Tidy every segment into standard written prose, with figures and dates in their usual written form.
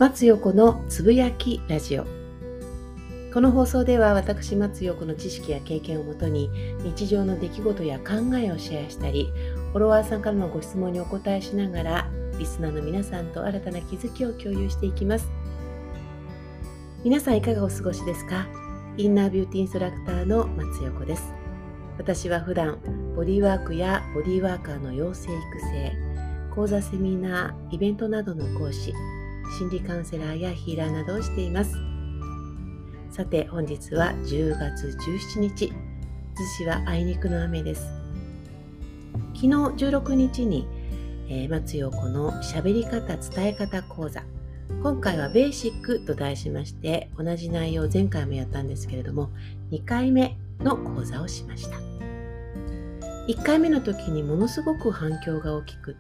松陽子のつぶやきラジオ。この放送では私松陽子の知識や経験をもとに日常の出来事や考えをシェアしたり、フォロワーさんからのご質問にお答えしながらリスナーの皆さんと新たな気づきを共有していきます。皆さんいかがお過ごしですか？インナービューティーインストラクターの松陽子です。私は普段ボディワークやボディワーカーの養成育成、講座セミナー、イベントなどの講師、心理カウンセラーやヒーラーなどをしています。さて本日は10月17日、逗子はあいにくの雨です。昨日16日に、松陽子のしゃべり方伝え方講座、今回はベーシックと題しまして、同じ内容前回もやったんですけれども2回目の講座をしました。1回目の時にものすごく反響が大きくって、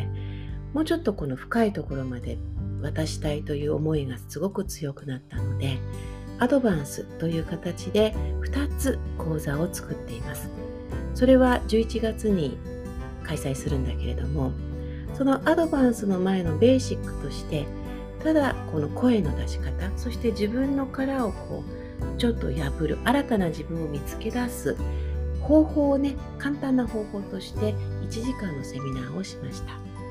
もうちょっとこの深いところまで渡したいという思いがすごく強くなったので、アドバンスという形で2つ講座を作っています。それは11月に開催するんだけれども、そのアドバンスの前のベーシックとして、ただこの声の出し方、そして自分の殻をちょっと破る、新たな自分を見つけ出す方法をね、簡単な方法として1時間のセミナーをしました。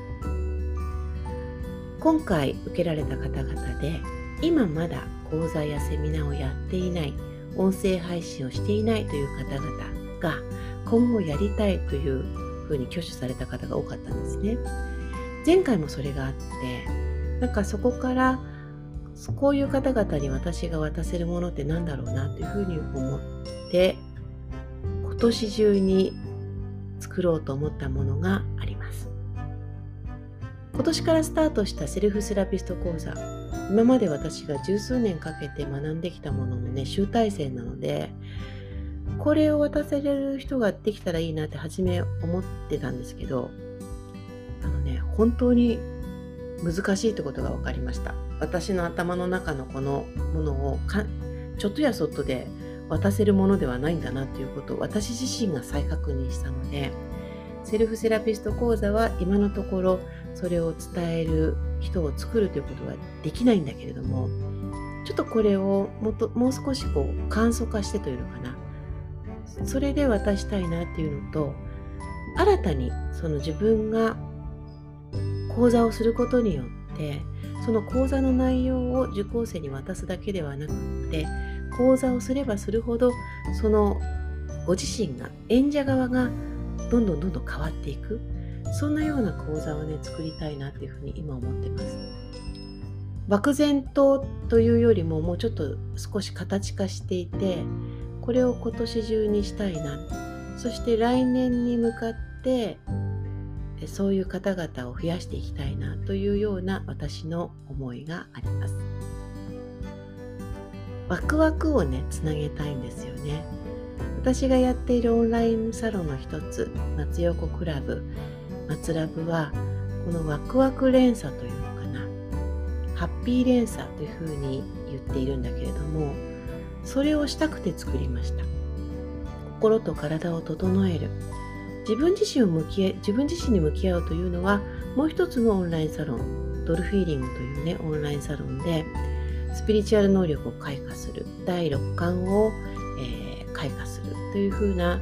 今回受けられた方々で、今まだ講座やセミナーをやっていない、音声配信をしていないという方々が今後やりたいというふうに挙手された方が多かったんですね。前回もそれがあって、そこからこういう方々に私が渡せるものって何だろうなというふうに思って、今年中に作ろうと思ったものがあります。今年からスタートしたセルフセラピスト講座、今まで私が十数年かけて学んできたもののね、集大成なので、これを渡せれる人ができたらいいなって初め思ってたんですけど、本当に難しいってことが分かりました。私の頭の中のこのものをちょっとやそっとで渡せるものではないんだなということを私自身が再確認したので、セルフセラピスト講座は今のところそれを伝える人を作るということはできないんだけれども、ちょっとこれをもう少し簡素化してというのかな、それで渡したいなっていうのと、新たにその自分が講座をすることによって、その講座の内容を受講生に渡すだけではなくって、講座をすればするほどそのご自身が、演者側がどんどん変わっていく、そんなような講座をね、作りたいなっていうふうに今思ってます。漠然とというよりも、もうちょっと少し形化していて、これを今年中にしたいな、そして来年に向かってそういう方々を増やしていきたいなというような私の思いがあります。ワクワクをね、つなげたいんですよね。私がやっているオンラインサロンの一つ、松陽子クラブ、松ラブは、このワクワク連鎖というのかな、ハッピー連鎖というふうに言っているんだけれども、それをしたくて作りました。心と体を整える、自分自身に向き合うというのは、もう一つのオンラインサロン、ドルフィーリングというね、オンラインサロンでスピリチュアル能力を開花する、第6巻を、開花するというふうな、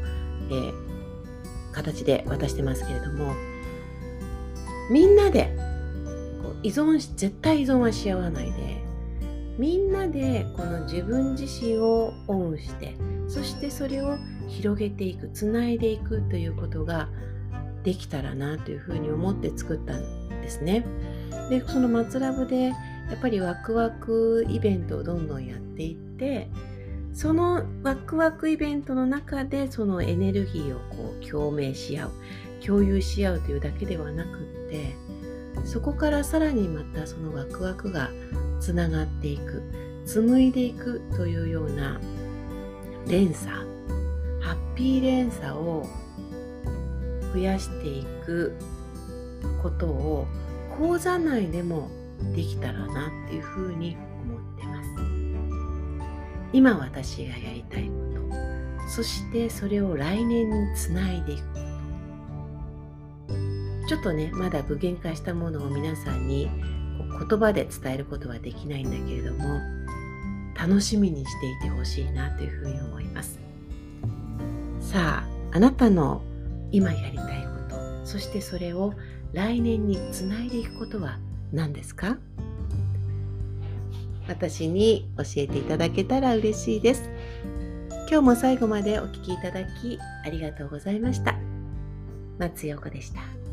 形で渡してますけれども、みんなで絶対依存はし合わないで、みんなでこの自分自身をオンして、そしてそれを広げていく、つないでいくということができたらなというふうに思って作ったんですね。で、その松ラブでやっぱりワクワクイベントをどんどんやっていって、そのワクワクイベントの中でそのエネルギーを共鳴し合う、共有し合うというだけではなくって、そこからさらにまたそのワクワクがつながっていく、紡いでいくというような連鎖、ハッピー連鎖を増やしていくことを講座内でもできたらなっていうふうに思ってます。今私がやりたいこと、そしてそれを来年につないでいくこと、ちょっとねまだ具現化したものを皆さんに言葉で伝えることはできないんだけれども、楽しみにしていてほしいなというふうに思います。さあ、あなたの今やりたいこと、そしてそれを来年につないでいくことは何ですか？私に教えていただけたら嬉しいです。今日も最後までお聞きいただきありがとうございました。松陽子でした。